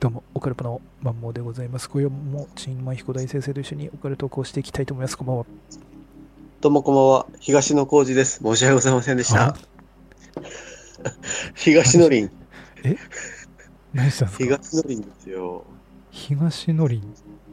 どうも、オカルパのマンモーでございます。今夜も新米彦大先生と一緒にオカルトークをしていきたいと思います。こんばんは。 どうもこんばんは。東野幸治です。申し訳ございませんでしあ、 た。東野林。 え何したんですか？ 東野林ですよ。 東のりん。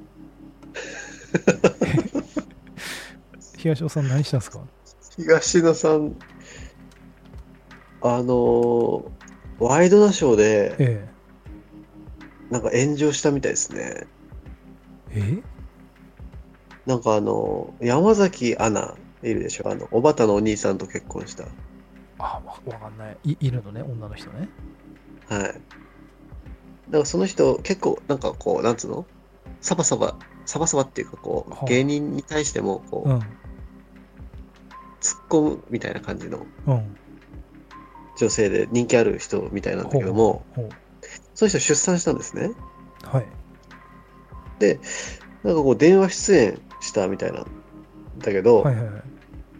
東尾さん何したんですか？ 東野さん、あのーワイドナショーで、 えなんか炎上したみたいですね。 えなんか山崎アナいるでしょ。おばたのお兄さんと結婚した。 わかんない。いるのね、女の人ね。 はい。なんかその人、結構、なんかこう、なんつうのサバサバっていうか、こう、芸は人に対しても、 あ、 こう、突っ込むみたいな感じのうん。 女性で人気ある人みたいなんだほうほうけども、 ほう。 その人出産したんですね。 はい。 で、なんかこう電話出演したみたいなんだけど、 はいはいはい。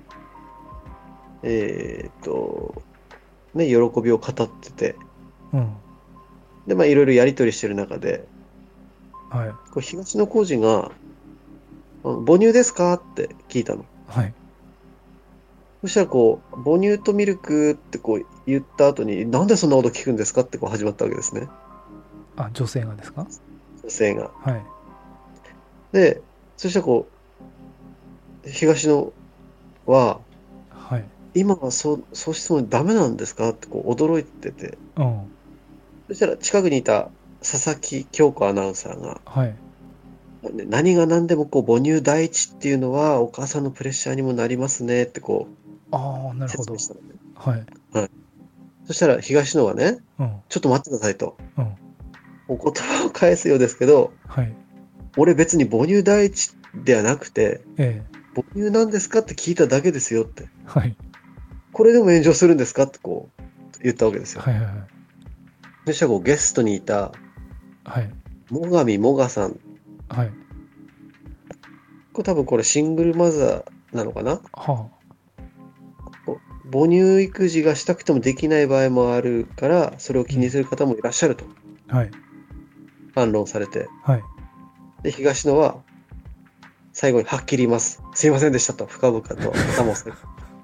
えーっと、ね、喜びを語ってて、 うん。 で、まあいろいろやりとりしてる中で、 はい。 こう東野幸治が、母乳ですかって聞いたの。 はい。 そしたらこう、母乳とミルクってこう言った後に、なんでそんなこと聞くんですかってこう始まったわけですね。 あ、女性がですか？ 女性が。 はい。 で、そしたらこう、東野は、 はい。 今はそう質問ダメなんですかってこう驚いてて、 うん。 そしたら近くにいた佐々木京子アナウンサーが、 はい。 何が何でもこう母乳第一っていうのはお母さんのプレッシャーにもなりますねってこああ、なうるほど。 説明したのね。 はい。 はい。そしたら東野はね、 うん。 ちょっと待ってくださいと。 うん。 お言葉を返すようですけど、 はい。 俺別に母乳第一ではなくて、 え母乳なんですかって聞いただけですよって。 はい。 これでも炎上するんですかってこう言ったわけですよ。 はいはいはい。 そしたらこうゲストにいたはい。 最上もがさん。 はい。 多分これシングルマザーなのかな。 は母乳育児がしたくてもできない場合もあるから、それをうん。 気にする方もいらっしゃるとはい。 反論されて、 はい。 で、東野は最後にはっきり言います。すいませんでしたと深々と頭を下げ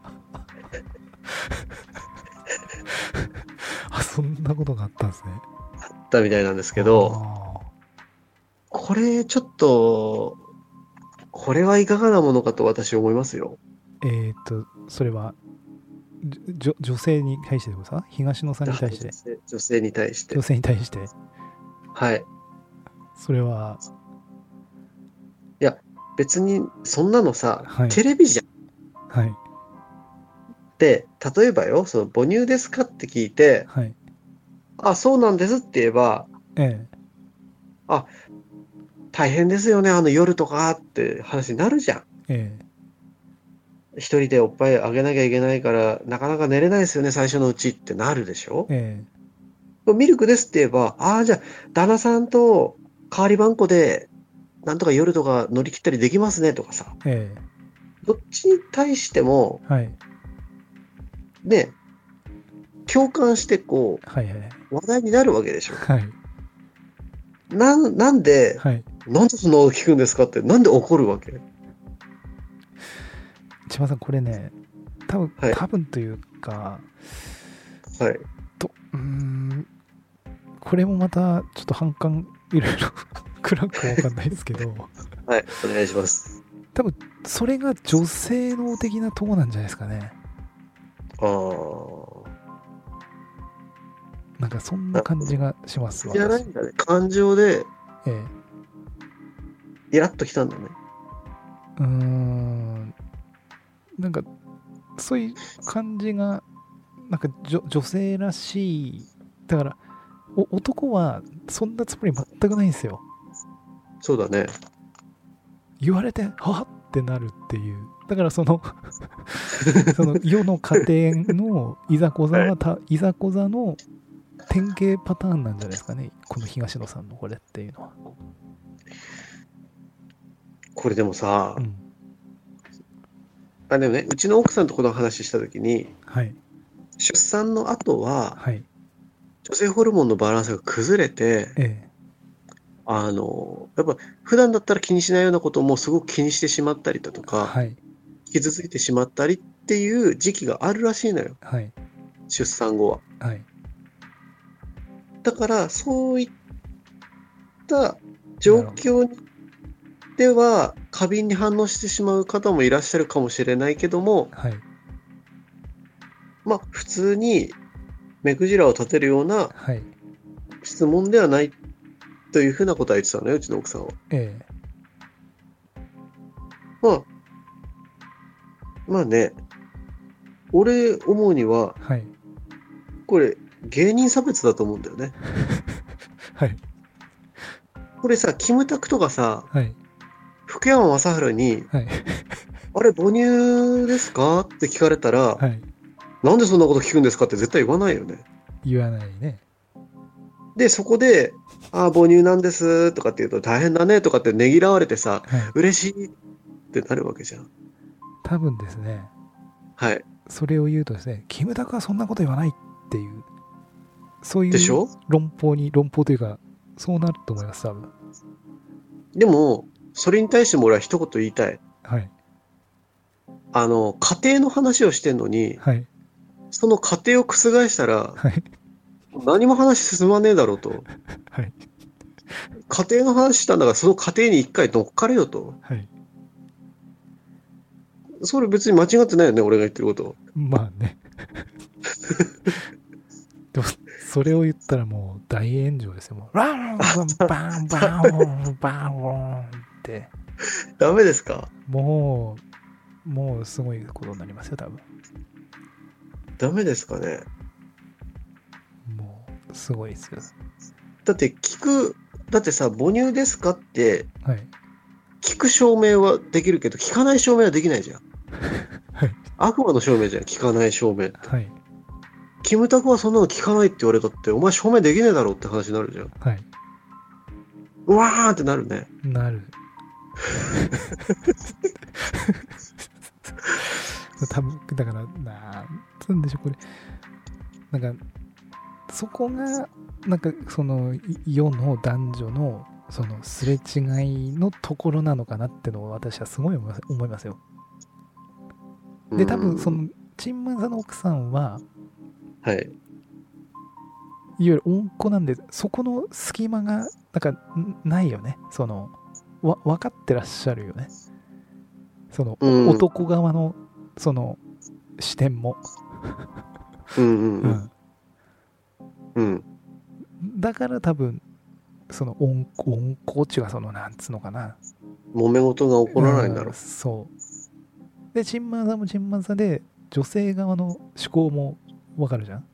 そんなことがあったんですね。 たみたいなんですけど、 あこれちょっと、これはいかがなものかと私思いますよ。 それは、女性に対してでことですか？東野さんに対して。 女性に対して。 女性に対して。 はい。 それは、 いや、別にそんなのさ、 はい。 テレビじゃん。 はい。 で、例えばよ、その母乳ですかって聞いて、 はい。 あ、そうなんですって言えば、 ええ。 あ、大変ですよね、夜とかって話になるじゃん。 ええ。 一人でおっぱいあげなきゃいけないから、なかなか寝れないですよね、最初のうちってなるでしょ。 ええ。 ミルクですって言えば、ああ、じゃあ、旦那さんと代わりばんこで、なんとか夜とか乗り切ったりできますねとかさ。 ええ。 どっちに対しても、 はい。 ね、共感してこはいはい。 う、話題になるわけでしょ。 はい。 なんで、 はい。 なんでそんなこと聞くんですかって、なんで怒るわけ。 千葉さん、これね、 はい、 多分というか、 はい、 これもまた、ちょっと反感、いろいろ暗くかわかんないですけど、 はい、お願いします。 多分、それが女性能的なとこなんじゃないですかね。 ああ、 なんかそんななるほど。 感じがします、 じゃない私。 んだね。感情で、 ええ。 イラッときたんだね。 なんか、そういう感じが、なんか女性らしい。だから、男はそんなつもり全くないんですよ。 そうだね。 言われて、はってなるっていう。だからその世の家庭のいざこざはい。 いざこざの典型パターンなんじゃないですかね。この東野さんのこれっていうのは。 これでもさ、 うん。 でもね、うちの奥さんとこの話したときに、 はい。 出産の後は、 はい。 女性ホルモンのバランスが崩れて、 ええ。 やっぱ普段だったら気にしないようなこともすごく気にしてしまったりだとか、 はい。 傷ついてしまったりっていう時期があるらしいのよ、 はい。 出産後は。 はい。 だから、そういった状況では過敏に反応してしまう方もいらっしゃるかもしれないけども、 はい。 まあ、普通に目くじらを立てるようなはい。 質問ではないというふうなことは言ってたのよ、うちの奥さんは。 えまあね、俺思うには、 はい。 これ芸人差別だと思うんだよね。 はい。 これさ、キムタクとかさ、 はい。 福山雅治に、 はい。 あれ母乳ですかって聞かれたら、 はい。 なんでそんなこと聞くんですかって絶対言わないよね。 言わないね。 で、そこで、母乳なんですとかって言うと大変だねとかってねぎらわれてさ、 はい。 嬉しいってなるわけじゃん。 多分ですね、 はい。 それを言うとですね、キムタクはそんなこと言わないっていう、そういうでしょ？ 論法というか、そうなると思います、多分。 でも、それに対しても俺は一言言いたい。 はい。 家庭の話をしてんのに、 はい。 その家庭を覆したら、 はい。 何も話進まねえだろうと。 はい。 家庭の話したんだから、その家庭に一回乗っかれよと。 はい。 それ別に間違ってないよね、俺が言ってること。 まあね。でも、それを言ったらもう大炎上ですよ。もう、ランバンバンバンバンって、 ダメですか？ もうすごいことになりますよ、多分。 ダメですかね。 もう、すごいですよ。 だってだってさ、母乳ですかってはい。 聞く証明はできるけど、聞かない証明はできないじゃん。 はい。 悪魔の証明じゃん、聞かない証明って。 はい。 キムタクはそんなの聞かないって言われたって、お前証明できねえだろって話になるじゃん。 はい。 うわーってなるね。 なる。多分、だから、なんつうんでしょう、これ。なんか、そこが、なんか、その、世の男女の、その、すれ違いのところなのかなってのを私はすごい思いますよ。で、多分、その、チンマンさんの奥さんは、 はい。 いわゆる温子なんで、そこの隙間が、なんか、ないよね。その、分かってらっしゃるよね。その、男側の、その、視点も。だから多分、その温厚っていうか、その、なんつうのかな。 揉め事が起こらないんだろう。 そう。で、チンマンさんもチンマンさんで、女性側の思考もわかるじゃん。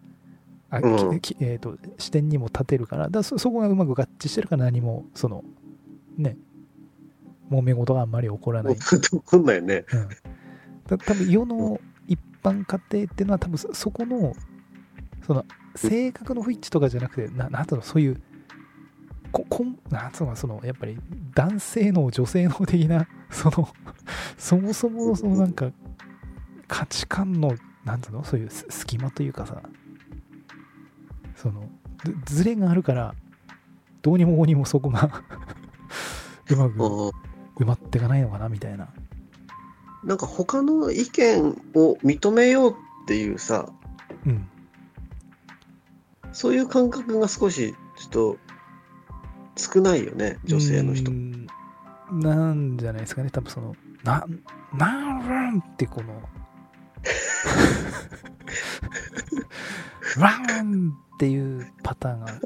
視点にも立てるから、そこがうまく合致してるから何も、その、ね、揉め事があんまり起こらない。 起こんないよね。 多分世の一般家庭っていうのは多分そこの、その、性格の不一致とかじゃなくて、なんつうの、そういう、なんつうの、その、やっぱり男性の女性の的な、その、そもそも、そのなんか、価値観の、なんつうの、そういう隙間というかさ、その、ズレがあるから、どうにもこうにもそこがうまく埋まっていかないのかな、みたいな。 なんか他の意見を認めようっていうさ、そういう感覚が少しちょっと少ないよね、女性の人。 なんじゃないですかね、多分その、なんってこの、ランっていうパターンが。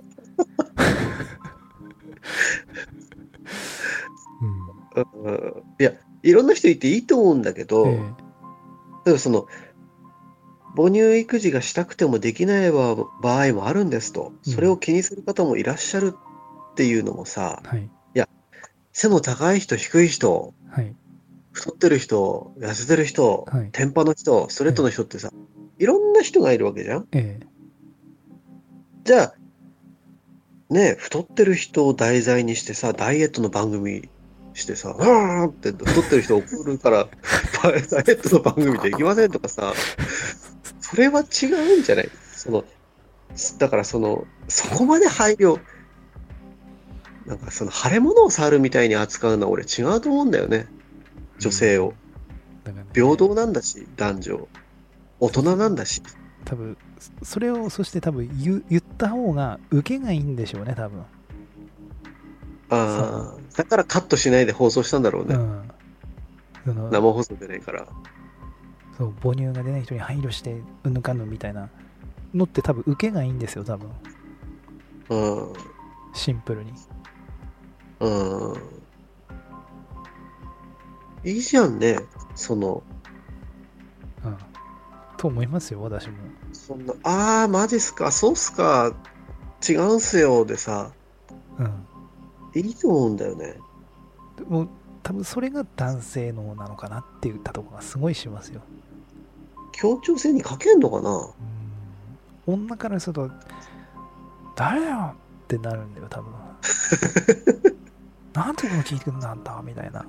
いや、いろんな人いていいと思うんだけど、例えばその、母乳育児がしたくてもできない場合もあるんですと、それを気にする方もいらっしゃるっていうのもさ、いや、背の高い人、低い人、太ってる人、痩せてる人、天パの人、ストレートの人ってさ、いろんな人がいるわけじゃん。じゃあ、ね、太ってる人を題材にしてさ、ダイエットの番組してさ、って太ってる人怒るから、ダイエットの番組できませんとかさ、それは違うんじゃない？だからそこまで配慮、 なんかその腫れ物を触るみたいに扱うのは俺違うと思うんだよね。女性を。 だからね、 平等なんだし、男女。大人なんだし。 多分それをそして多分言った方が受けがいいんでしょうね多分。 ああ、だからカットしないで放送したんだろうね。 その生放送でないから。 そう母乳が出ない人に配慮してうんぬかんぬみたいなのって多分受けがいいんですよ多分。 うん。 シンプルに。 うん。いいじゃんね。その、 と思いますよ私も。 そんな、ああ、マジっすか、そうっすか、違うんすよ、でさ、いいと思うんだよね。 でも多分それが男性のなのかなって言ったところがすごいしますよ。 協調性に欠けんのかな。 女からすると誰よってなるんだよ多分。なんていうの聞いてくんだあんたみたいな。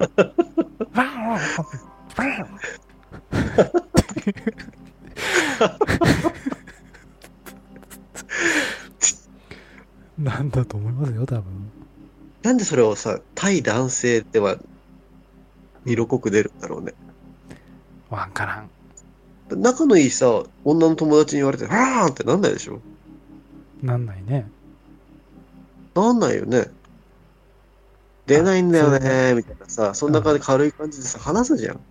なんだと思いますよ多分。 なんでそれをさ、対男性では色濃く出るんだろうね。 わからん。 仲のいいさ、女の友達に言われて、はーんってなんないでしょ。 なんないね。 なんないよね。出ないんだよねーみたいなさ、そんな感じで軽い感じでさ、話すじゃん。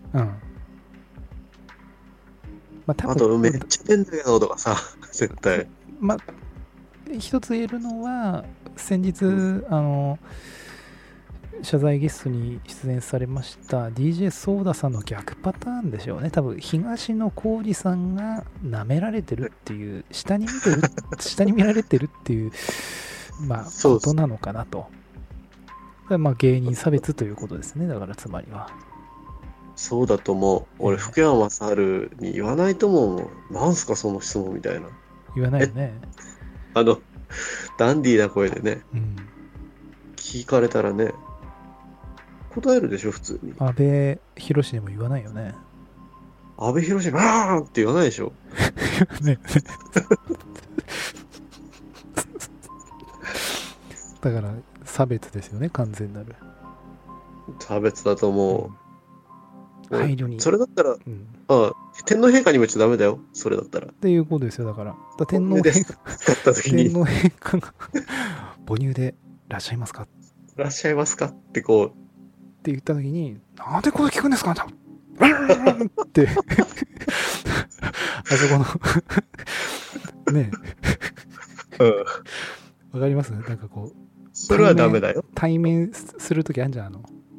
まあ多分、 あと、めっちゃ出んだけどとかさ、絶対。 まあ、一つ言えるのは、先日、謝罪ゲストに出演されました DJ ソーダさんの逆パターンでしょうね。多分、東野幸治さんが舐められてるっていう、下に見られてるっていう、まあ、ことなのかなと。まあ、芸人差別ということですね。だからつまりは。 そうだと思う。俺、福山雅治に言わないと思う。なんすか、その質問みたいな。 言わないよね。 ダンディーな声でね、聞かれたらね、答えるでしょ、普通に。 安倍博でも言わないよね。 安倍博バーンって言わないでしょ。 ね。だから、差別ですよね、完全なる。 差別だと思う。 配慮に。 それだったら、天皇陛下にも言っちゃダメだよ、それだったら。 っていうことですよ、だから。天皇陛下が母乳でいらっしゃいますか、 いらっしゃいますかってこう。 って言ったときに、なんでこれ聞くんですかって、あそこのねわかります？なんかこう、 それはダメだよ。 対面するときあるじゃん、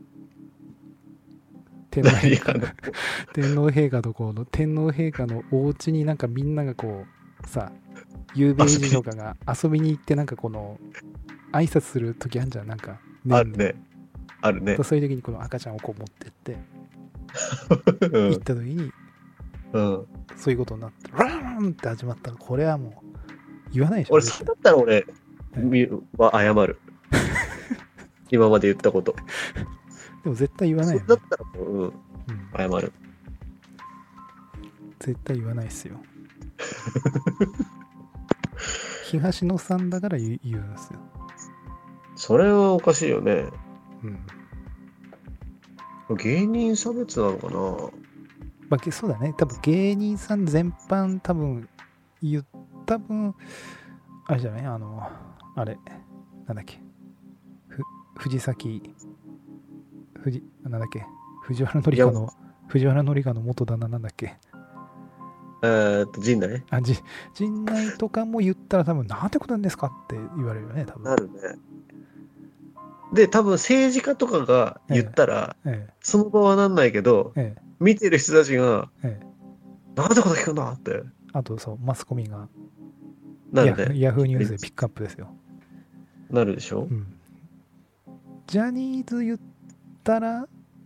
天皇陛下とこの天皇陛下のお家になんかみんながこうさ、有名人とかが遊びに行ってなんかこの挨拶するときあるじゃん、なんか、 あるね。あるね。 そういう時にこの赤ちゃんをこう持ってって行った時に、そういうことになってラーンって始まったら、これはもう言わないでしょ。 俺そうだったら俺は謝る。今まで言ったこと。 でも絶対言わないよね。 そうだったらもう、謝る。 絶対言わないっすよ。東野さんだから言うんですよ。 それはおかしいよね。芸人差別なのかな。 まあ、そうだね。多分芸人さん全般多分あれじゃない、あれなんだっけ、なんだっけ、藤原紀香の元旦那なんだっけ、 陣内。 陣内とかも言ったら多分なんてことなんですかって言われるよね、多分。 なるね。で、多分政治家とかが言ったら、その場はなんないけど、見てる人たちが、なんてこと聞くんだって。 あとそう、マスコミが、 なるね。 ヤフーニュースでピックアップですよ。 なるでしょ。 ジャニーズ言ったら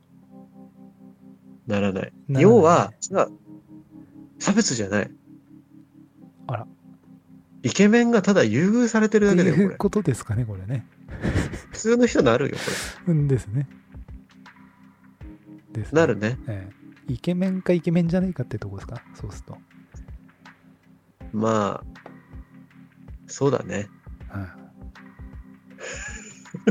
ならない。要は、差別じゃない。 あら。 イケメンがただ優遇されてるだけでっていうことですかね、これね。 普通の人なるよ、これ。ですね。 なるね。 イケメンかイケメンじゃないかってとこですか、そうすると。 まあ、そうだね。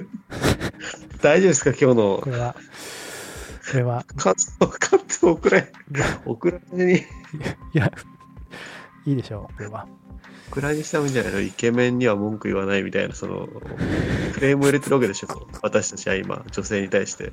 大丈夫ですか今日のこれは、 カット送られに。 いや、いいでしょう、これは。 送られにしたもんじゃないの？イケメンには文句言わないみたいな、その、クレームを入れてるわけでしょ、私たちは今、女性に対して。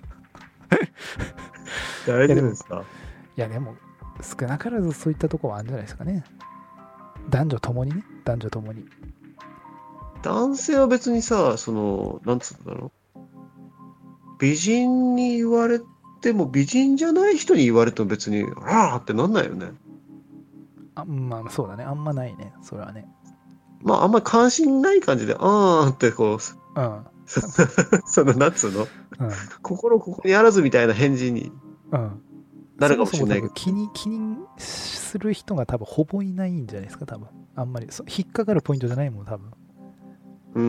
大丈夫ですか？ いや、でも、少なからずそういったところはあるんじゃないですかね。男女ともにね、男女ともに。 男性は別にさ、その、なんつうんだろう。美人に言われても、美人じゃない人に言われても別に、ああってなんないよね。 まあ、そうだね。あんまないね。それはね。 まあ、あんまり関心ない感じで、ああってこう、 うん。 その、なんつうの、 うん。 心ここにあらずみたいな返事にうん。 なるかもしれないけど。 気にする人が多分ほぼいないんじゃないですか、多分。あんまり。引っかかるポイントじゃないもん、多分。 うん。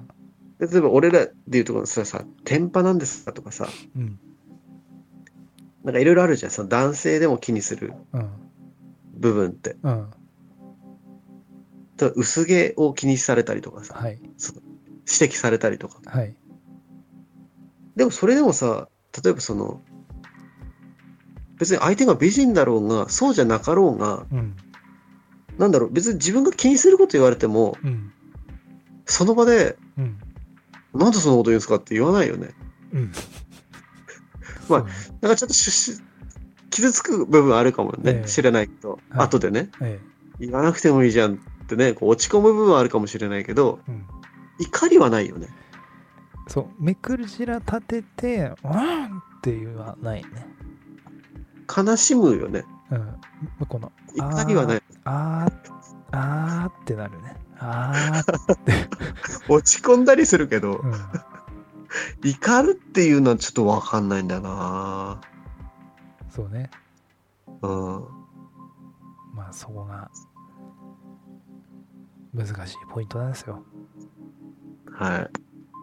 例えば俺らで言うところさ、天パなんですかとかさ、 うん。 なんかいろいろあるじゃん。その男性でも気にするうん。 部分って。 うん。 例えば薄毛を気にされたりとかさ、 はい。 指摘されたりとか。 はい。 でもそれでもさ、例えばその、別に相手が美人だろうが、そうじゃなかろうが、 うん。 なんだろう、別に自分が気にすること言われても、 うん。 その場で、 うん。 なんでそんなこと言うんですかって言わないよね。 うん。 まあそうねなんかちょっと傷つく部分あるかもね、 ええ知らないけど、 はい後でね、 え言わなくてもいいじゃんってね、こう落ち込む部分はあるかもしれないけど、 え。うん。 怒りはないよね。 そう、目くじら立てて、っていうのはないね。 悲しむよね。 うん。この、 怒りはない。 ってなるね。って。 落ち込んだりするけど、 うん。 怒るっていうのはちょっとわかんないんだよな。 そうね。 うん。 まあそこが難しいポイントなんですよ。 はい。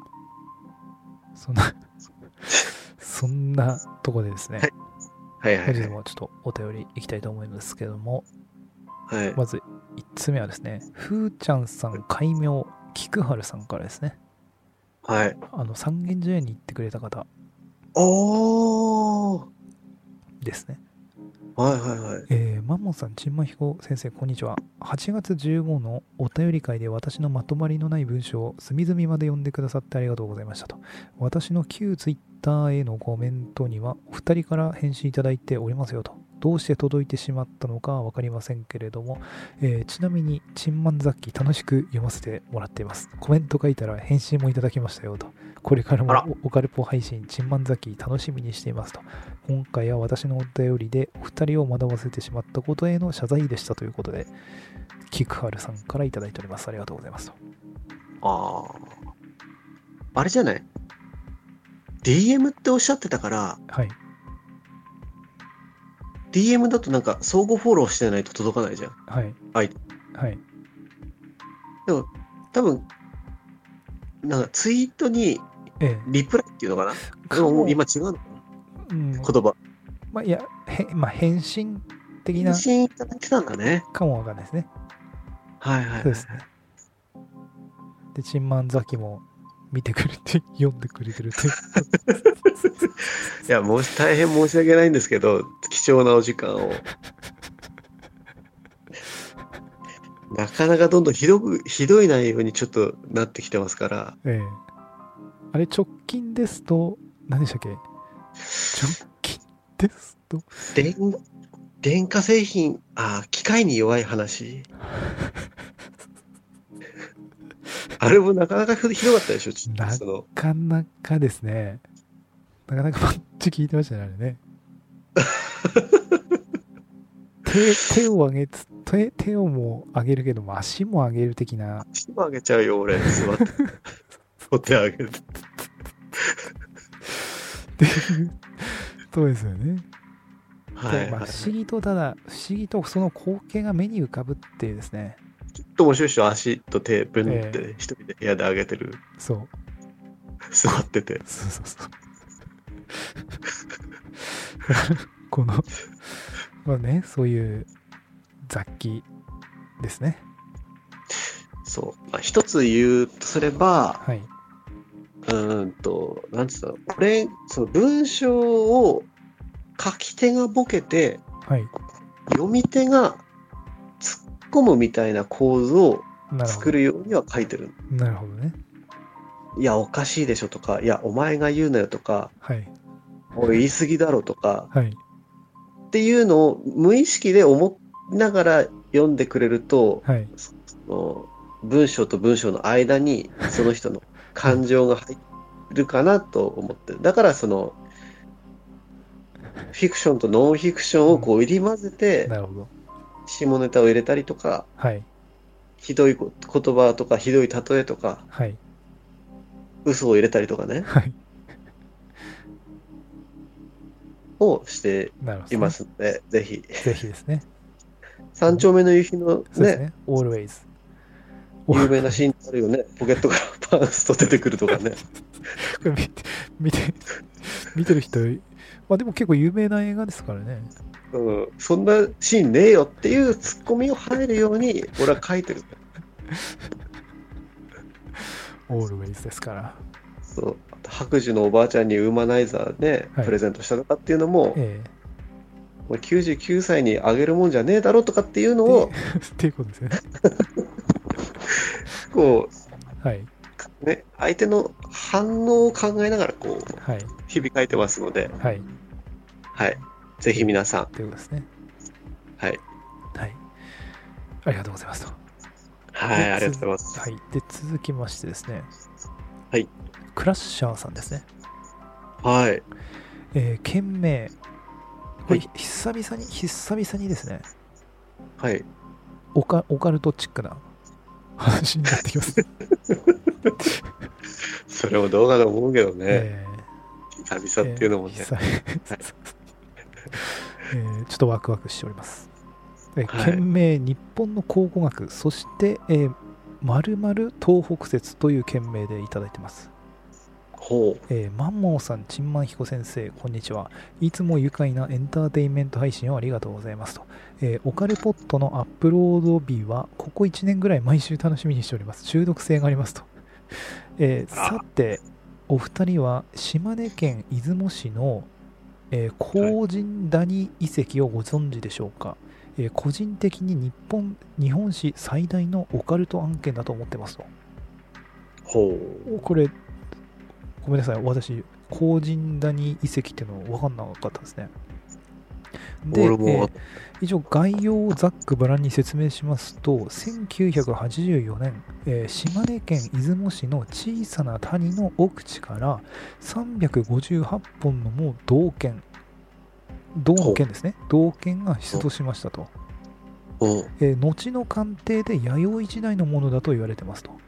そんなとこでですね、 はいはいはい。 本日もちょっとお便りいきたいと思うんですけども、 はい。 まず1つ目はですね、ふーちゃんさん、改名、菊春さんからですね、 はい。 三軒茶屋に行ってくれた方おー。 ですね。 はいはいはい。 マンモンさん、ちんまひこ先生、こんにちは。8月15のお便り会で私のまとまりのない文章を隅々まで読んでくださってありがとうございましたと。私の旧ツイッターへのコメントにはお二人から返信いただいておりますよと。どうして届いてしまったのかは分かりませんけれども、ちなみに、チンマン雑記楽しく読ませてもらっています。コメント書いたら返信もいただきましたよと。これからもオカルポ配信、チンマン雑記楽しみにしていますと。今回は私のお便りでお二人を惑わせてしまったことへの謝罪でしたということで、キクハルさんからいただいております。ありがとうございますと。 ああ。あれじゃない？ DM っておっしゃってたから、 はい。 DM だとなんか相互フォローしてないと届かないじゃん。 はい。 はい。 はい。 でも、多分、なんかツイートにリプライっていうのかな？でももう今違うのかな？ うん、 言葉。 まあ、いや、返信的な返信いただいてたんだね。 かもわかんないですね。 はいはいはい。 そうですね。で、チンマンザキも見てくれて、読んでくれてるっていう。 いや、大変申し訳ないんですけど、貴重なお時間を。なかなかどんどんひどい内容にちょっとなってきてますから。 あれ、直近ですと、何でしたっけ？直近ですと。 電化製品、機械に弱い話。あれもなかなかひどかったでしょ、 なかなかですね。なかなかパッチ聞いてましたね、あれね。手を上げ手をも上げるけども、足も上げる的な。 足も上げちゃうよ、俺。座って。お手上げる。 っていう、そうですよね。 はい、はい。 不思議とその光景が目に浮かぶっていうですね。 ちょっと面白い人、足と手ぶんって一人で部屋で上げてる。 そう。 座ってて。 そう。この、まあね、そういう雑記ですね。 そう。一つ言うとすれば、 はい。 なんつったの、その文章を書き手がボケて、 はい。 読み手が突っ込むみたいな構図をなるほ作るようには書いてる。 ど。なるほどね。 いや、おかしいでしょとか、いや、お前が言うなよとか、 はい。 おい、言い過ぎだろとか、 はい。 っていうのを無意識で思いながら読んでくれると、 はい。 その文章と文章の間にその人の感情が入るかなと思ってる。だからその、フィクションとノンフィクションをこう入り混ぜて、 なるほど。 下ネタを入れたりとか、 はい。 ひどい言葉とか、ひどい例えとか、 はい。 嘘を入れたりとかね、 はい。 をしていなるほどね。 ますので、ぜひ。 ぜひですね。 三丁目の夕日のね、 そうですね。always。 有名なシーンあるよね。ポケットからパンスと出てくるとかね。 これ見て、見てる人、まあでも結構有名な映画ですからね。 うん、そんなシーンねえよっていうツッコミを入るように俺は書いてる。 always ですから。 そう。あと白寿のおばあちゃんにウーマナイザーね、 はいプレゼントしたとかっていうのも、 えもう99歳にあげるもんじゃねえだろとかっていうのを、 っていうことですよね。 こはい。 う、ね、相手の反応を考えながら、こう、 はい。 日々書いてますので、 はい。 はい。ぜひ皆さん、 ということですね。 はい。 はい。ありがとうございますと。 はい、 でありがとうございます。 はい。で、続きましてですね。 はい。 クラッシャーさんですね。 はい。 件名。これ、 はい久々にですね、 はい。 オカルトチックな話になってきます。 それもどうかと思うけどね。 え久々っていうのもね。 久々ちょっとワクワクしております。件名、日本の考古学、そして、〇〇東北説という件名でいただいてます。 ほマンモーさん、チンマンヒコ先生、こんにちは。いつも愉快なエンターテインメント配信をありがとうございますと。オカルポットのアップロード日は、ここ1年ぐらい毎週楽しみにしております。中毒性がありますと。さて、お二人は島根県出雲市の、高神谷遺跡をご存知でしょうか。個人的に日本史最大のオカルト案件だと思ってますと。 ほう。 これ、ごめんなさい、私、高神谷遺跡っていうの分かんなかったですね。で、一応概要をざっくばらんに説明しますと、1984年、島根県出雲市の小さな谷の奥地から358本のもう銅の剣ですね、銅剣が出土しましたと。後の鑑定で弥生時代のものだと言われてますと。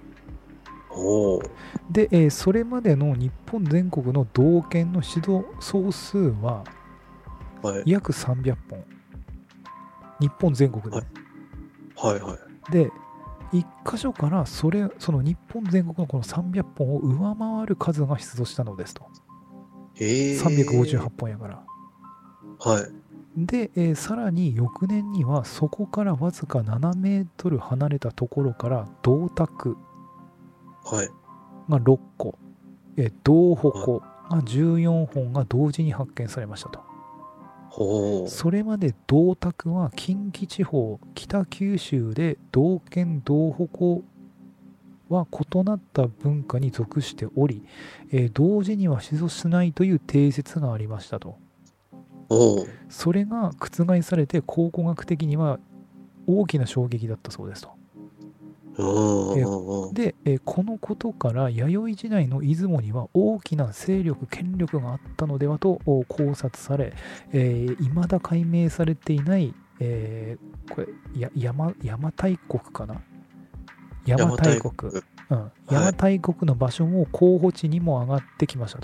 で、それまでの日本全国の銅剣の出土総数は約300本。日本全国で、ね。 はいはい。 で、1箇所からその日本全国のこの300本を上回る数が出土したのですと。358本やから。 はい。 で、さらに翌年にはそこからわずか7メートル離れたところから銅鐸が6個、銅鉾が14本が同時に発見されましたと。それまで銅鐸は近畿地方、北九州で銅剣、銅鉾は異なった文化に属しており、同時には出土しないという定説がありましたと。それが覆されて考古学的には大きな衝撃だったそうですと。で、このことから弥生時代の出雲には大きな勢力、権力があったのではと考察され、未だ解明されていない、これ邪馬台国かな、邪馬台国の場所も候補地にも上がってきましたと。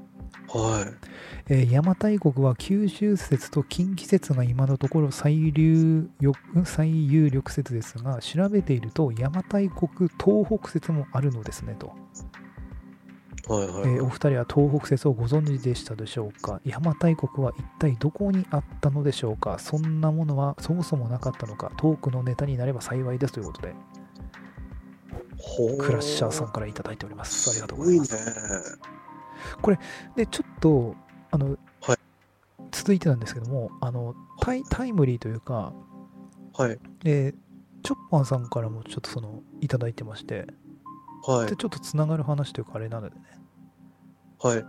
邪馬台国は九州説と近畿説が今のところ最有力説ですが、調べていると邪馬台国東北説もあるのですねと。お二人は東北説をご存知でしたでしょうか。邪馬台国は一体どこにあったのでしょうか。そんなものはそもそもなかったのか。トークのネタになれば幸いですということで。 クラッシャーさんからいただいております。ありがとうございます。 すごいね。 これでちょっとはい。 続いてなんですけども、タイムリーというか、 はい。 チョッパーさんからもちょっといただいてまして、で、 はい。 ちょっとつながる話というかあれなのでね、 はい。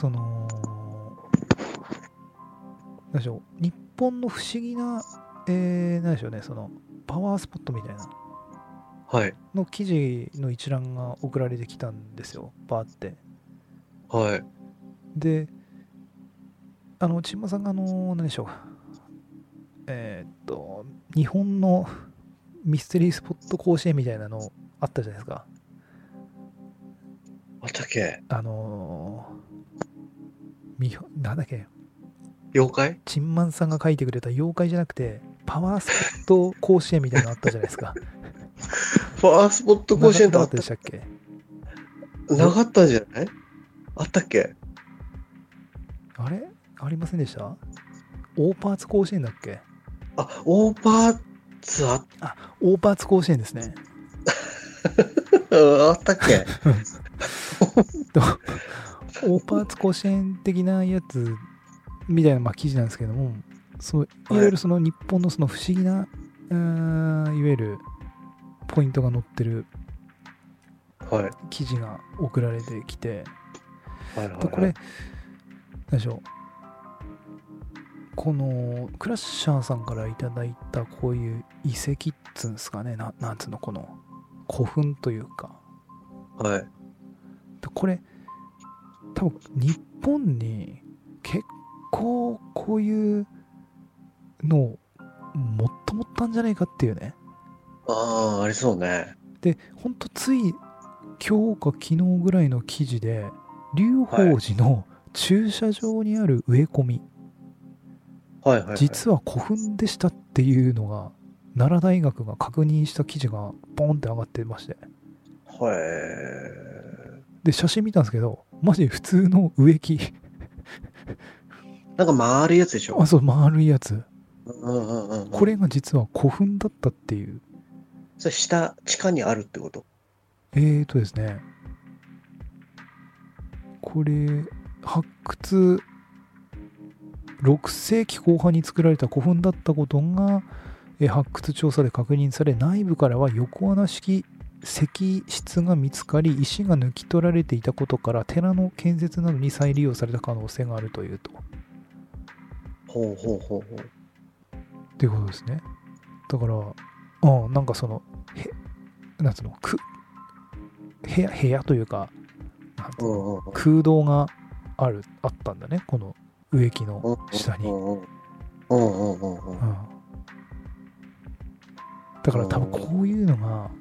なんでしょう、日本の不思議な、なんでしょうね、パワースポットみたいなはい。 の記事の一覧が送られてきたんですよ、バーって。 はい。 で、千葉さんが何でしょう、日本のミステリースポット甲子園みたいなのあったじゃないですか。 あったっけ？ なんだっけ、 妖怪？ チンマンさんが書いてくれた妖怪じゃなくて、パワースポット甲子園みたいなのあったじゃないですか。 ファースポット甲子園ってなかったあった？ でしたっけ？ なかったんじゃない？あったっけ？ あれありませんでした？オーパーツ甲子園だっけ？ あ、オーパーツオーパーツ甲子園ですね。 あったっけ？ とオーパーツ甲子園的なやつみたいな記事なんですけども、いわゆる日本の不思議な、いわゆるポイントが載ってるはい。 記事が送られてきて、 はいはいで、これ、 はい。 何でしょう、このクラッシャーさんからいただいたこういう遺跡っつうんですかね、なんつうの、この古墳というか、 はい。 でこれ、多分日本に結構こういうのもっともったんじゃないかっていうね。 ああ、ありそうね。 で、ほんとつい今日か昨日ぐらいの記事で、龍はい。 宝寺の駐車場にある植え込み、 はいはいはい。 実は古墳でしたっていうのが、奈良大学が確認した記事がポンって上がってまして。 はい。 で、写真見たんですけど、マジ普通の植木。 なんか丸いやつでしょ？ そう、丸いやつ。 うんうんうんうん。 これが実は古墳だったっていう。 それ地下にあるってこと？ ですね、これ、発掘、6世紀後半に作られた古墳だったことが、発掘調査で確認され、内部からは横穴式石室が見つかり、石が抜き取られていたことから、寺の建設などに再利用された可能性があるというと。 ほうほうほうほう。 っていうことですね。だから、なんかなんつうの、部屋というか、なんつうの、 うんうんうん。 空洞があったんだね、この植木のうん下に。 うんうんうんうんうんうん。 うん。だから多分こういうのが、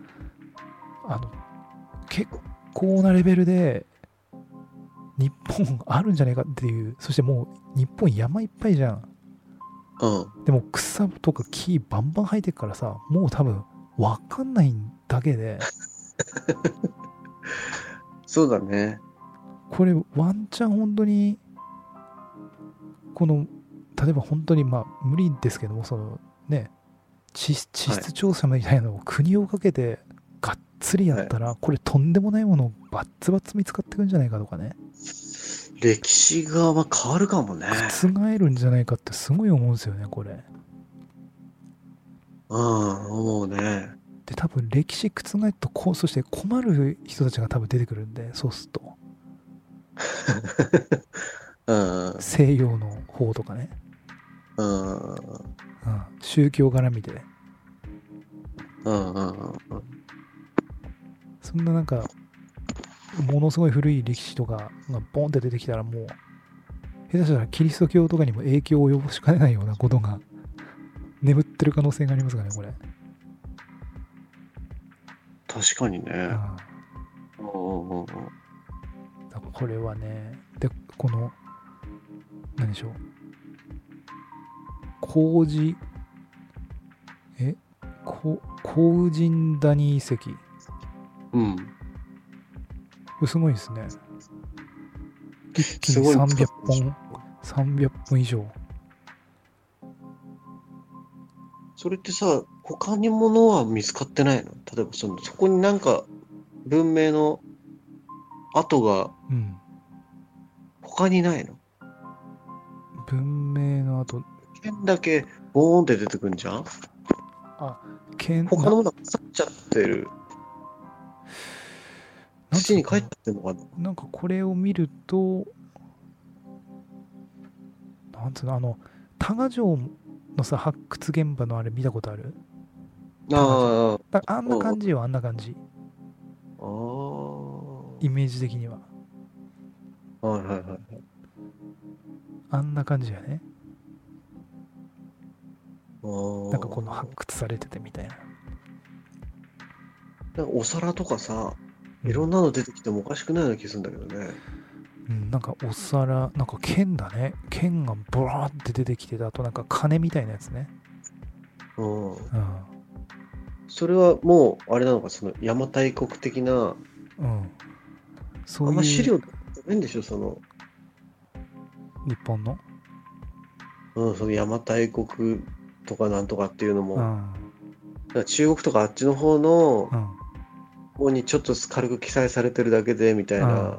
結構なレベルで日本あるんじゃないかっていう、そしてもう日本山いっぱいじゃん。 うん。 でも草とか木バンバン生えてるからさ、もう多分わかんないだけで、 そうだね。 これワンチャン本当に、この、例えば本当に無理ですけども、ね、地質調査みたいなのを国をかけてがっつりやはい。 ったら、これとんでもないものバッツバツ見つかってくんじゃないかとかね、 歴史が変わるかもね。 覆るんじゃないかってすごい思うんですよね、これ。 うん、思うね。 で、多分歴史覆るとそして困る人たちが多分出てくるんで、そうすると。 うん、 西洋の方とかね、 うん、 宗教絡みで。 うん、うん、 そんななんか、ものすごい古い歴史とかがボンって出てきたらもう、下手したらキリスト教とかにも影響を及ぼしかねないようなことが眠ってる可能性がありますからね、これ。 確かにね。うん、うん、うん。 だからこれはね、で、何でしょう、麹、麹谷遺跡。こうん。 れすごいですね。一気にすごい 300 でしょ。 本、300本以上。 それってさ、 他にものは見つかってないの？例えばそこになんか文明の跡が他にないの？ 文明の後、 剣だけボーンって出てくんじゃん。 剣、 他のものが腐っちゃってる。土に帰っちゃってるのかな。 なんかこれを見ると、なんつうの、多賀城のさ、発掘現場のあれ見たことある？ ああんな感じよ、あんな感じ。 あ。 イメージ的には。 はいはいはい。 あんな感じやね。なんかこのあ発掘されててみたいな。 なんかお皿とかさ、いろんなの出てきてもおかしくないような気するんだけどね。 なんかお皿、なんか剣だね。剣がボラーって出てきてた。あとなんか鐘みたいなやつね。 それはもう、あれなのか、その邪馬台国的な、 そういう。 あんま資料ないんでしょ、 日本のその邪馬台国とかなんとかっていうのも、だから中国とかあっちの方の、方にちょっと軽く記載されてるだけでみたいな、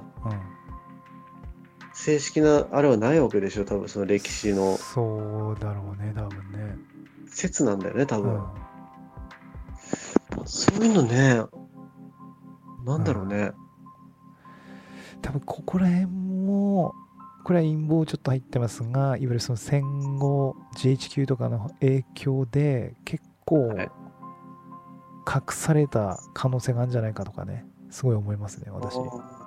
正式なあれはないわけでしょ、多分その歴史の。 そうだろうね、多分ね。 説なんだよね、多分。そういうのね、なんだろうね。 多分ここら辺も、これは陰謀ちょっと入ってますが、いわゆるその戦後 GHQ とかの影響で結構隠された可能性があるんじゃないかとかね、すごい思いますね、私。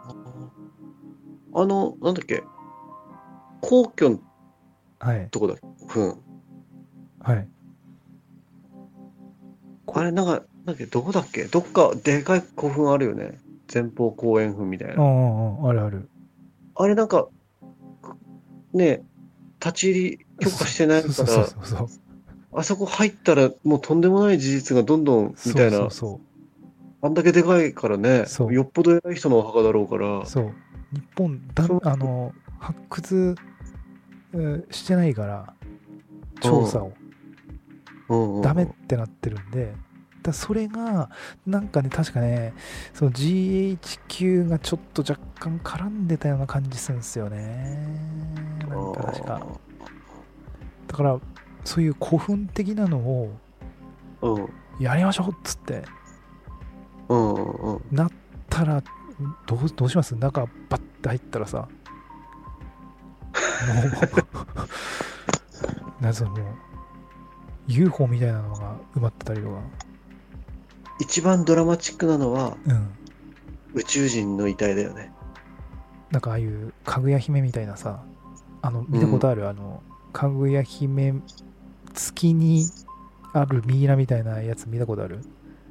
なんだっけ、皇居のとこだっけ、 はい。 あれ、なんか、どこだっけ、どっかでかい古墳あるよね。前方後円墳みたいな。 あるある。 あれなんか、ね、立ち入り許可してないから、あそこ入ったらもうとんでもない事実がどんどんみたいな。あんだけでかいからね、よっぽど偉い人のお墓だろうから。 そう。日本発掘してないから、調査を。ダメってなってるんで、それが、なんかね、確かね、その GHQ がちょっと若干絡んでたような感じするんですよね。なんか確か。だから、そういう古墳的なのを、やりましょうっつって、なったら、どうします？中バッて入ったらさ、もう、なんつうの、もう、UFO みたいなのが埋まってたりとか。 一番ドラマチックなのは、宇宙人の遺体だよね。 なんかああいうかぐや姫みたいなさ、見たことある、かぐや姫月にあるミイラみたいなやつ見たことある？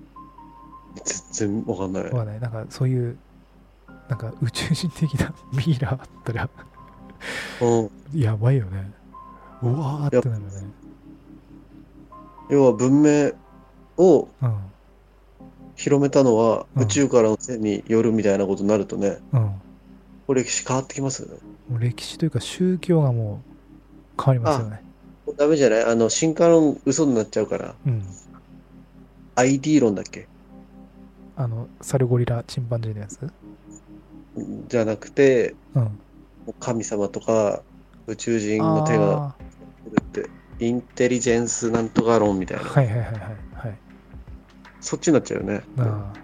全然わかんない。 わかんない。なんかそういう、なんか宇宙人的なミイラあったらやばいよね。うわーってなるよね。 要は文明を広めたのは宇宙からの線によるみたいなことになるとね、これ歴史変わってきますよね。 もう歴史というか宗教がもう変わりますよね。 ダメじゃない？進化論嘘になっちゃうから。ID 論だっけ？ サルゴリラチンパンジーのやつじゃなくて、神様とか宇宙人の手がってインテリジェンスなんとか論みたいな。そっちになっちゃうよね。 なん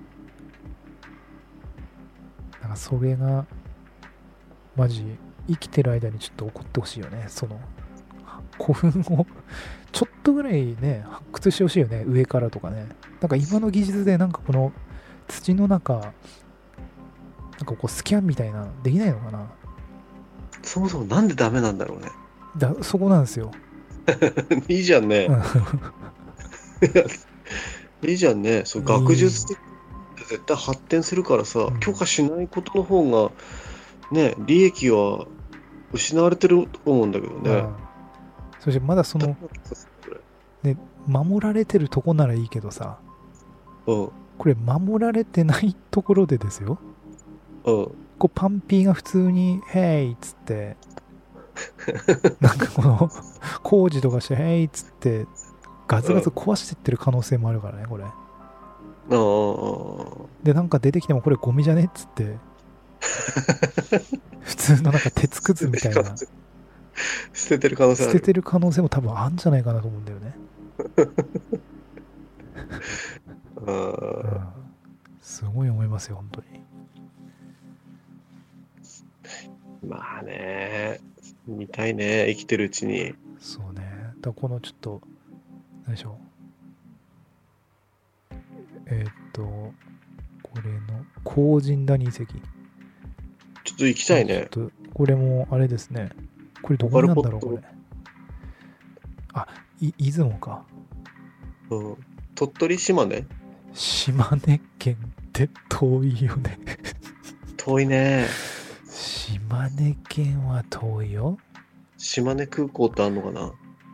かそれがマジ生きてる間にちょっと起こってほしいよね。その古墳をちょっとぐらいね発掘してほしいよね、上からとかね。なんか今の技術でなんかこの土の中なんかこうスキャンみたいなできないのかな。 そもそもなんでダメなんだろうね。 そこなんですよ。 いいじゃんね。いいじゃんね。そう、学術的に絶対発展するからさ、許可しないことの方がね、利益は失われてると思うんだけどね。 そしてまだそのね、守られてるとこならいいけどさ、これ守られてないところでですよ。こうパンピーが普通に「ヘイ」っつってなんかこの工事とかして「ヘイ」っつってガツガツ壊してってる可能性もあるからね、これ。で、なんか出てきてもこれゴミじゃねっつって、普通のなんか鉄くずみたいな、 捨ててる可能性ある。 捨ててる可能性も多分あるんじゃないかなと思うんだよね。うん、すごい思いますよ、本当に。 まあね、見たいね、生きてるうちに。 そうね。だこのちょっと、何でしょう。これの、高神谷遺跡。 ちょっと行きたいね。 ちょっと、これもあれですね。これどこになんだろう、これ。あ、出雲か。 うん。鳥取、島根？ 島根県って遠いよね。 遠いね。 島根県は遠いよ。 島根空港ってあんのかな？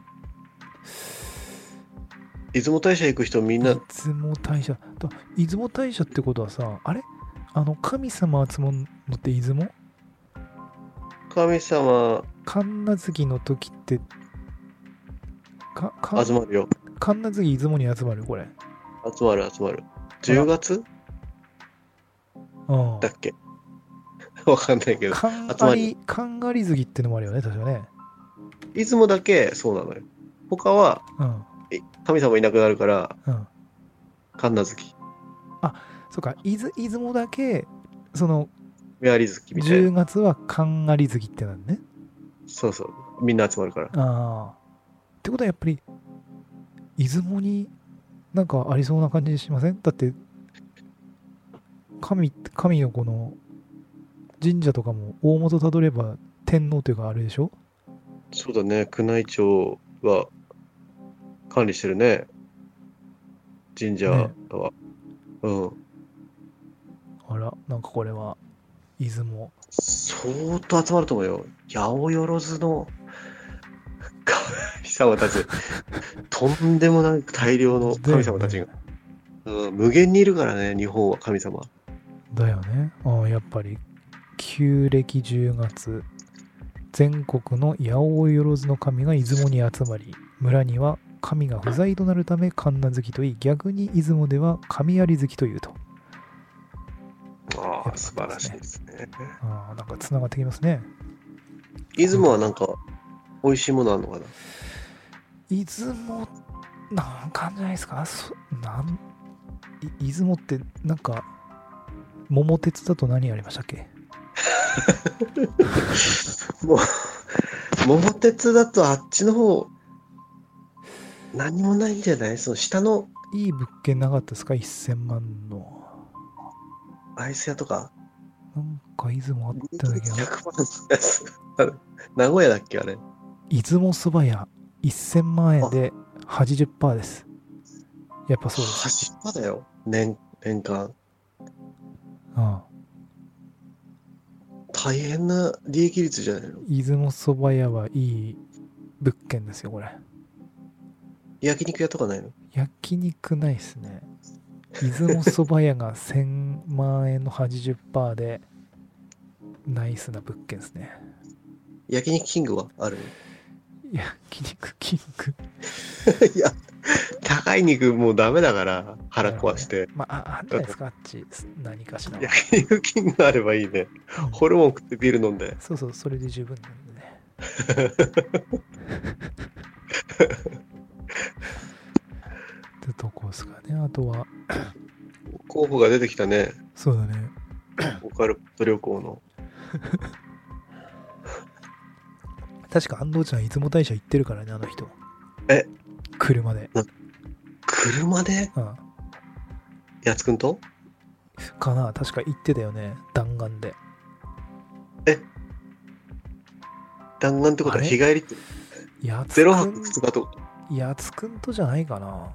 出雲大社行く人みんな。 出雲大社。出雲大社ってことはさ、あれ神様集まるのって出雲？ 神様。 神無月の時って、 集まるよ。 神無月出雲に集まるこれ。 集まる。10月だっけ？わかんないけど。 神狩月ってのもあるよね、確かね。 出雲だけそうなのよ。他は、神様いなくなるから、神無月。 あ、そうか、出雲だけ、その、 メアリ月みたいな。 10月は神狩月ってなんね。 そうそう。みんな集まるから。 ってことはやっぱり、出雲になんかありそうな感じしません？だって、神のこの、神社とかも大元たどれば天皇というかあれでしょ？ そうだね。宮内庁が管理してるね。神社は。ね、 あら、なんかこれは、出雲。 相当集まると思うよ。八百万の神様たち。とんでもなく大量の神様たちが。無限にいるからね、日本は神様。 だよね。やっぱり、旧暦10月、全国の八百万の神が出雲に集まり、村には神が不在となるため神無月といい、逆に出雲では神有月というと。 素晴らしいですね。 なんかつながってきますね。 出雲はなんか美味しいものあるのかな？ 出雲なんかあるんじゃないですか？出雲ってなんか桃鉄だと何ありましたっけ？ 桃鉄だとあっちの方何もないんじゃない？その下のいい物件なかったですか？1000万のアイス屋とかなんか出雲あっただけど 100万のやつ名古屋だっけあれ？ 出雲そば屋1000万円で 80% です。やっぱそうです。 80% だよ。年間。大変な利益率じゃないの？ 出雲そば屋はいい物件ですよ、これ。 焼肉屋とかないの？ 焼肉ないっすね。出雲そば屋が1000万円の 80% でナイスな物件ですね。 焼肉キングはある？ 焼肉キングいや、高い肉もうダメだから腹壊して。 あんじゃないですか、あっち何かしら。 焼肉キングあればいいね。ホルモン食ってビール飲んで。 そう、それで十分なんでね。ってとこですかね。あとは候補が出てきたね。 そうだね。 オカルト旅行の。 確か安藤ちゃん出雲大社行ってるからね、あの人。車で。 車で？やつくんと？ かな、確か行ってたよね、弾丸で。 弾丸ってことは日帰りって？0泊2日とか。 やつくんとじゃないかな。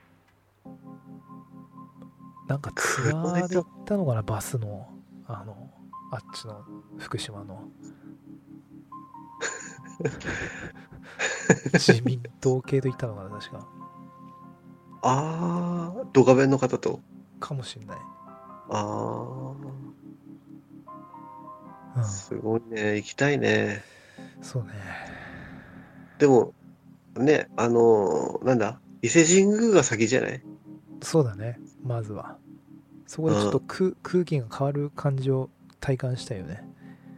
なんかツアーで行ったのかな、バスの、あっちの福島の自民党系と行ったのかな、確か。 ドカベンの方とかもしんない。 すごいね、行きたいね。 そうね。 でもね、なんだ、 伊勢神宮が先じゃない？ そうだね、まずは。そこでちょっと空気が変わる感じを体感したよね。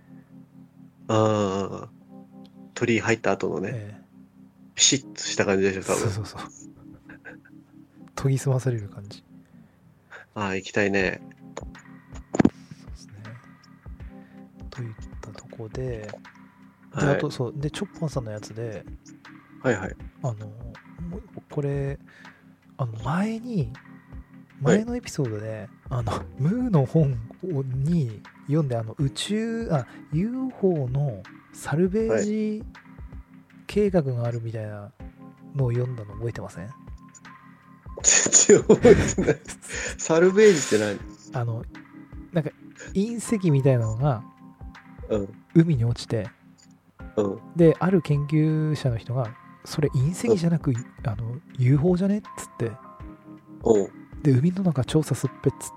ああ、鳥居入った後のね、ピシッとした感じでしょ、多分。 そう。研ぎ澄まされる感じ。 ああ、行きたいね。 そうですね。といったとこで、 はい、 あとそう、で、チョッパーさんのやつで、 はいはい。 これ、前のエピソードで、ムーの本に読んで、UFO のサルベージ計画があるみたいなのを読んだの覚えてません？ 全然覚えてない。サルベージって何？ なんか隕石みたいなのが海に落ちて、で、ある研究者の人が、それ隕石じゃなく、UFO じゃねっつって、で、海の中調査すっぺっつって、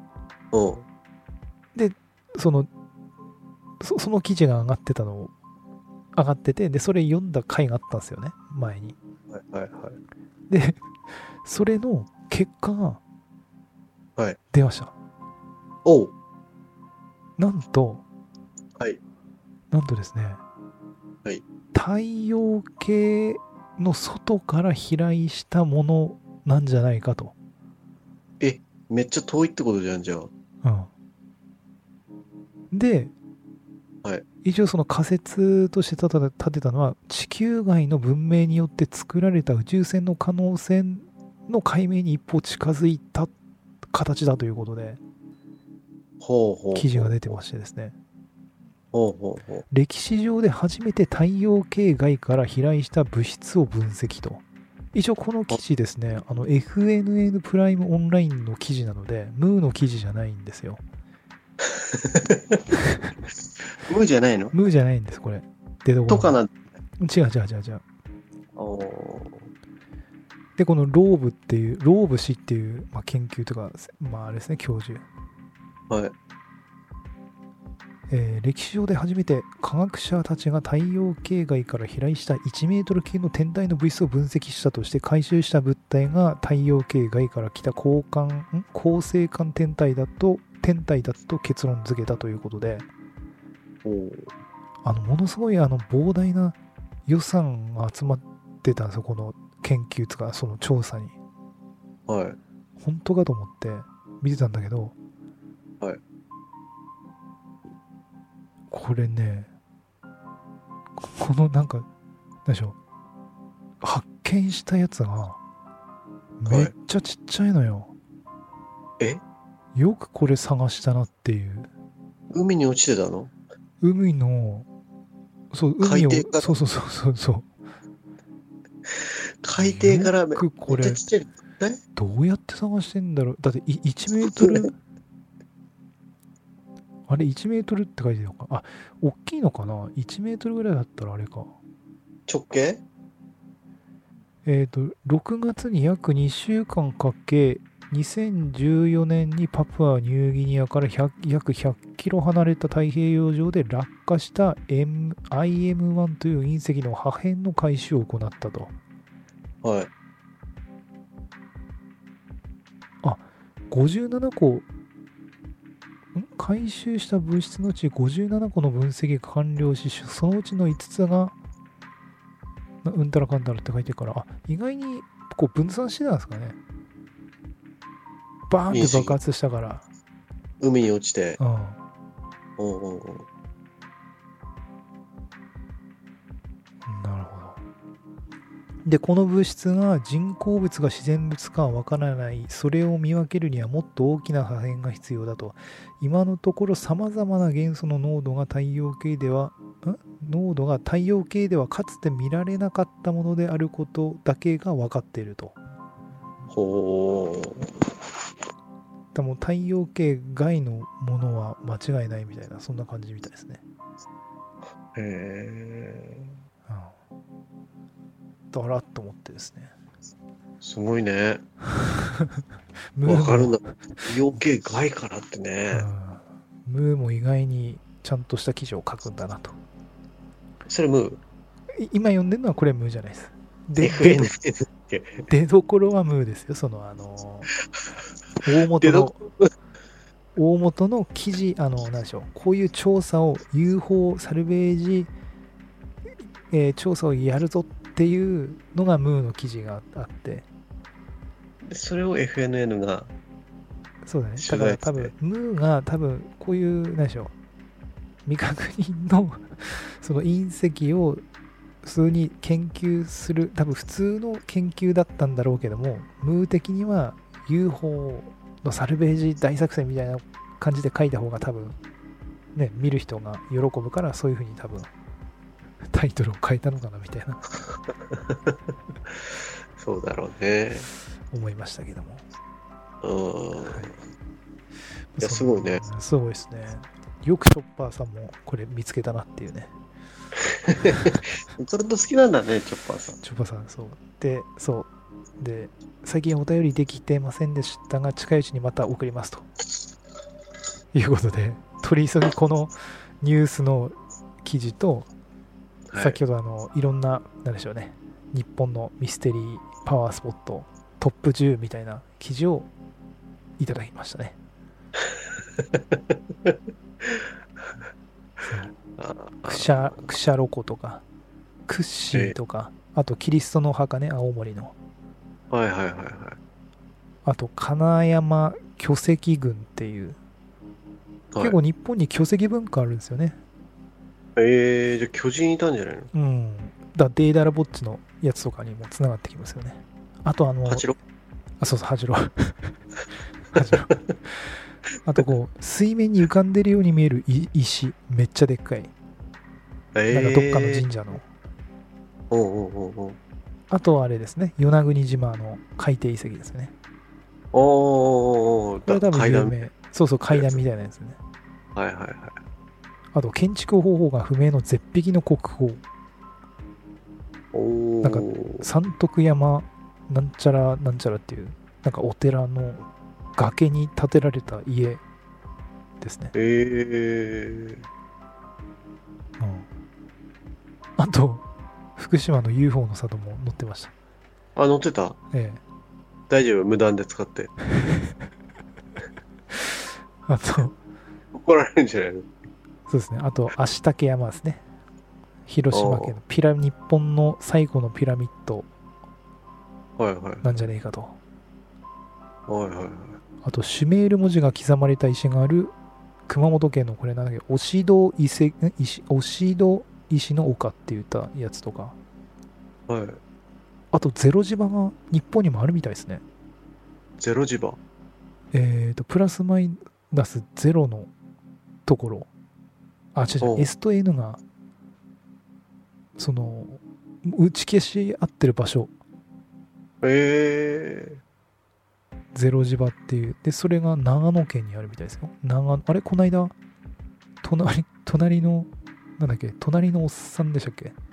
で、その記事が上がってて、で、それ読んだ回があったんですよね、前に。で、それの結果が出ました。なんとですね、太陽系の外から飛来したものなんじゃないかと。 めっちゃ遠いってことじゃん、じゃあ。 で、一応その仮説として立てたのは、地球外の文明によって作られた宇宙船の可能性の解明に一歩近づいた形だということで、記事が出てましてですね。歴史上で初めて太陽系外から飛来した物質を分析と。一応この記事ですね、FNN プライムオンラインの記事なので、ムーの記事じゃないんですよ。 ムーじゃないの？ ムーじゃないんです、これ。 とかな。 違う。で、このローブ氏っていう、研究とか、あれですね、教授。歴史上で初めて科学者たちが太陽系外から飛来した1メートル級の天体の物質を分析したとして回収した物体が太陽系外から来た恒星間天体だと結論付けたということで、ものすごい膨大な予算が集まってたんですよ、この研究とかその調査に。本当かと思って見てたんだけど、これね、このなんでしょう、発見したやつがめっちゃちっちゃいのよ。よくこれ探したなっていう。 海に落ちてたの？ 海の、 海底から。 そう。 海底からめっちゃちっちゃい。 どうやって探してんだろう。だって1メートルあれ1メートルって書いてるのか。あ、大きいのかな。1メートルぐらいだったらあれか。 直径 6月に約2週間かけ、2014年にパプアニューギニアから約100キロ離れた太平洋上で落下した IM1 という隕石の破片の回収を行ったと。57個、回収した物質のうち57個の分析が完了し、そのうちの5つがうんたらかんたらって書いてるから、意外にこう分散してたんですかね。バーンって爆発したから。 海に落ちて。 なるほど。で、この物質が人工物が自然物かはわからない。それを見分けるにはもっと大きな破片が必要だと。今のところ様々な元素の濃度が太陽系ではかつて見られなかったものであることだけが分かっていると。でも太陽系外のものは間違いないみたいな、そんな感じみたいですね。だらっと思ってですね。 すごいね。わかるんだ。太陽系外からってね。 ムーも意外にちゃんとした記事を書くんだなと。 それムー？ 今読んでるのはこれムーじゃないです。 け？ 出どころはムーですよ。大元の、大元の記事、なんでしょう、こういう調査を、UFO サルベージ、調査をやるぞっていうのがムーの記事があって、 それを FNN がそうだね。だ取材して。 から多分、ムーが多分、こういう、なんでしょう、未確認のその隕石を普通に研究する、多分普通の研究だったんだろうけども、ムー的には UFO のサルベージ大作戦みたいな感じで書いた方が多分ね、見る人が喜ぶから、そういう風に多分タイトルを変えたのかなみたいなそうだろうね。 思いましたけども、 うん。 はい、 いや、すごいね。 すごいですね。よくチョッパーさんもこれ見つけたなっていうね。 それと好きなんだね、チョッパーさん。 チョッパーさん、そう。で、そう。で、最近お便りできてませんでしたが、近いうちにまた送りますということで、取り急ぎこのニュースの記事と、 はい、 先ほどいろんな、なんでしょうね、日本のミステリーパワースポットトップ10みたいな記事をいただきましたね。クシャロコとか、クッシーとか、あとキリストの墓ね、青森の。 はいはいはいはい。 あと、金山巨石群っていう、 はい、 結構日本に巨石文化あるんですよね。 じゃあ巨人いたんじゃないの？ うん。デイダラボッチのやつとかにもつながってきますよね。あと八郎そうそう、ハジロ。ハジロ。あと水面に浮かんでるように見える石、めっちゃでっかい。なんかどっかの神社の。あとはあれですね、与那国島の海底遺跡ですね。これ多分有名。そうそう、階段みたいなやつね。 はいはいはい。 あと、建築方法が不明の絶壁の国宝。なんか、三徳山なんちゃらなんちゃらっていう、なんかお寺の崖に建てられた家ですね。あと、福島の UFO の里も載ってました。 載ってた？ ええ。 大丈夫？無断で使って。 あと、 怒られるんじゃないの？ そうですね。あと、足竹山ですね。広島県の日本の最後のピラミッドなんじゃねえかと。あと、シュメール文字が刻まれた石がある熊本県のこれなんだっけ、忍戸石の丘って言ったやつとか。 はい。 あと、ゼロ島が日本にもあるみたいですね。 ゼロ島？ プラスマイナスゼロのところ。あ、違う、S と N が、打ち消し合ってる場所。 ゼロ島っていう。で、それが長野県にあるみたいですよ。あれこないだ、隣の、なんだっけ、隣のおっさんでしたっけ？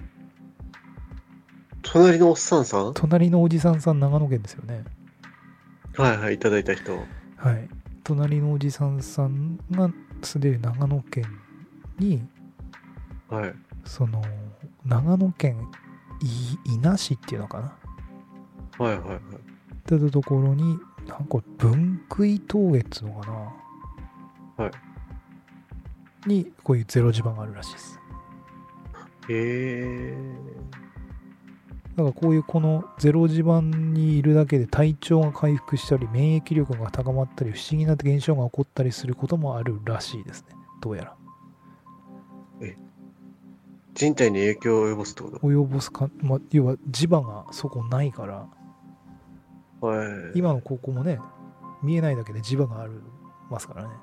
隣のおっさんさん？ 隣のおじさん長野県ですよね。 はいはい、いただいた人。 はい。隣のおじさんが住んでる長野県に、 はい。 長野県伊那市っていうのかな。 はいはいはい。 ってたところに、なんか分杭峠っつうのかな。 はい。 に、こういうゼロ地盤があるらしいです。だからこういうこのゼロ地盤にいるだけで体調が回復したり、免疫力が高まったり、不思議な現象が起こったりすることもあるらしいですね。どうやら。 人体に影響を及ぼすってこと？ 及ぼすか、要は磁場がそこないから、今のここもね、見えないだけで磁場がありますからね。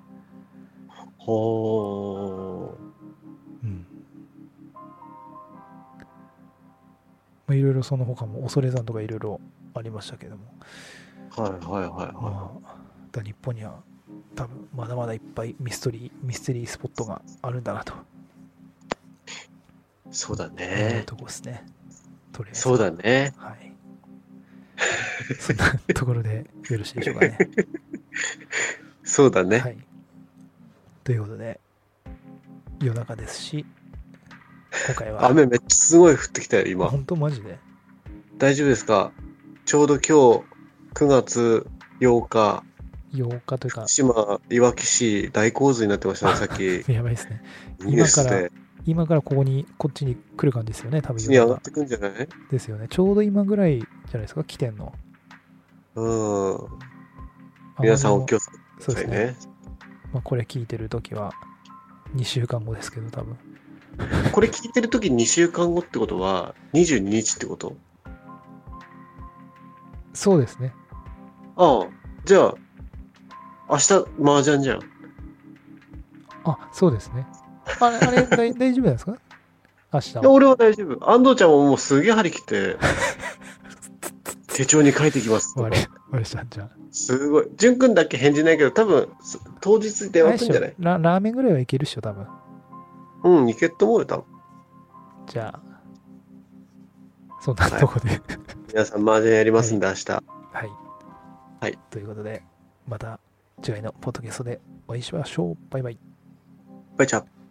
いろいろその他も恐山とかいろいろありましたけども。日本には多分まだまだいっぱいミステリースポットがあるんだなと。 そうだね。 とこですね。とりあえず。 そうだね。 はい。そんなところでよろしいでしょうかね。 そうだね。 はい。ということで、夜中ですし、今回は。 雨めっちゃすごい降ってきたよ、今。 本当マジで？ 大丈夫ですか？ ちょうど今日、9月8日、 8日というか、 福島、いわき市、大洪水になってましたね、さっき。 やばいですね。 ニュースで。 今からこっちに来る感じですよね、多分に上がってくんじゃない？ ですよね。ちょうど今ぐらいじゃないですか、来てんの。 皆さんお気をつけくださいね。 そうですね。まあ、これ聞いてるときは2週間後ですけど、多分。 これ聞いてるとき2週間後ってことは、22日ってこと？ そうですね。 ああ、じゃあ、明日、麻雀じゃん。 あ、そうですね。あれ大丈夫なんですか？明日いや、 は。 俺は大丈夫。安藤ちゃんはもうすげえ張り切って、手帳に書いてきますとか。 割れちゃんじゃん。 すごい。淳君だけ返事ないけど、多分、当日電話来るんじゃない？ ラーメンぐらいはいけるっしょ、多分。 うん、いけっと思うよ、多分。 じゃあ、そんなとこで、はい。 皆さん、麻雀やりますんで、明日。 はい。 はい。 ということで、また次回のポッドキャストでお会いしましょう。バイバイ。 バイチャー。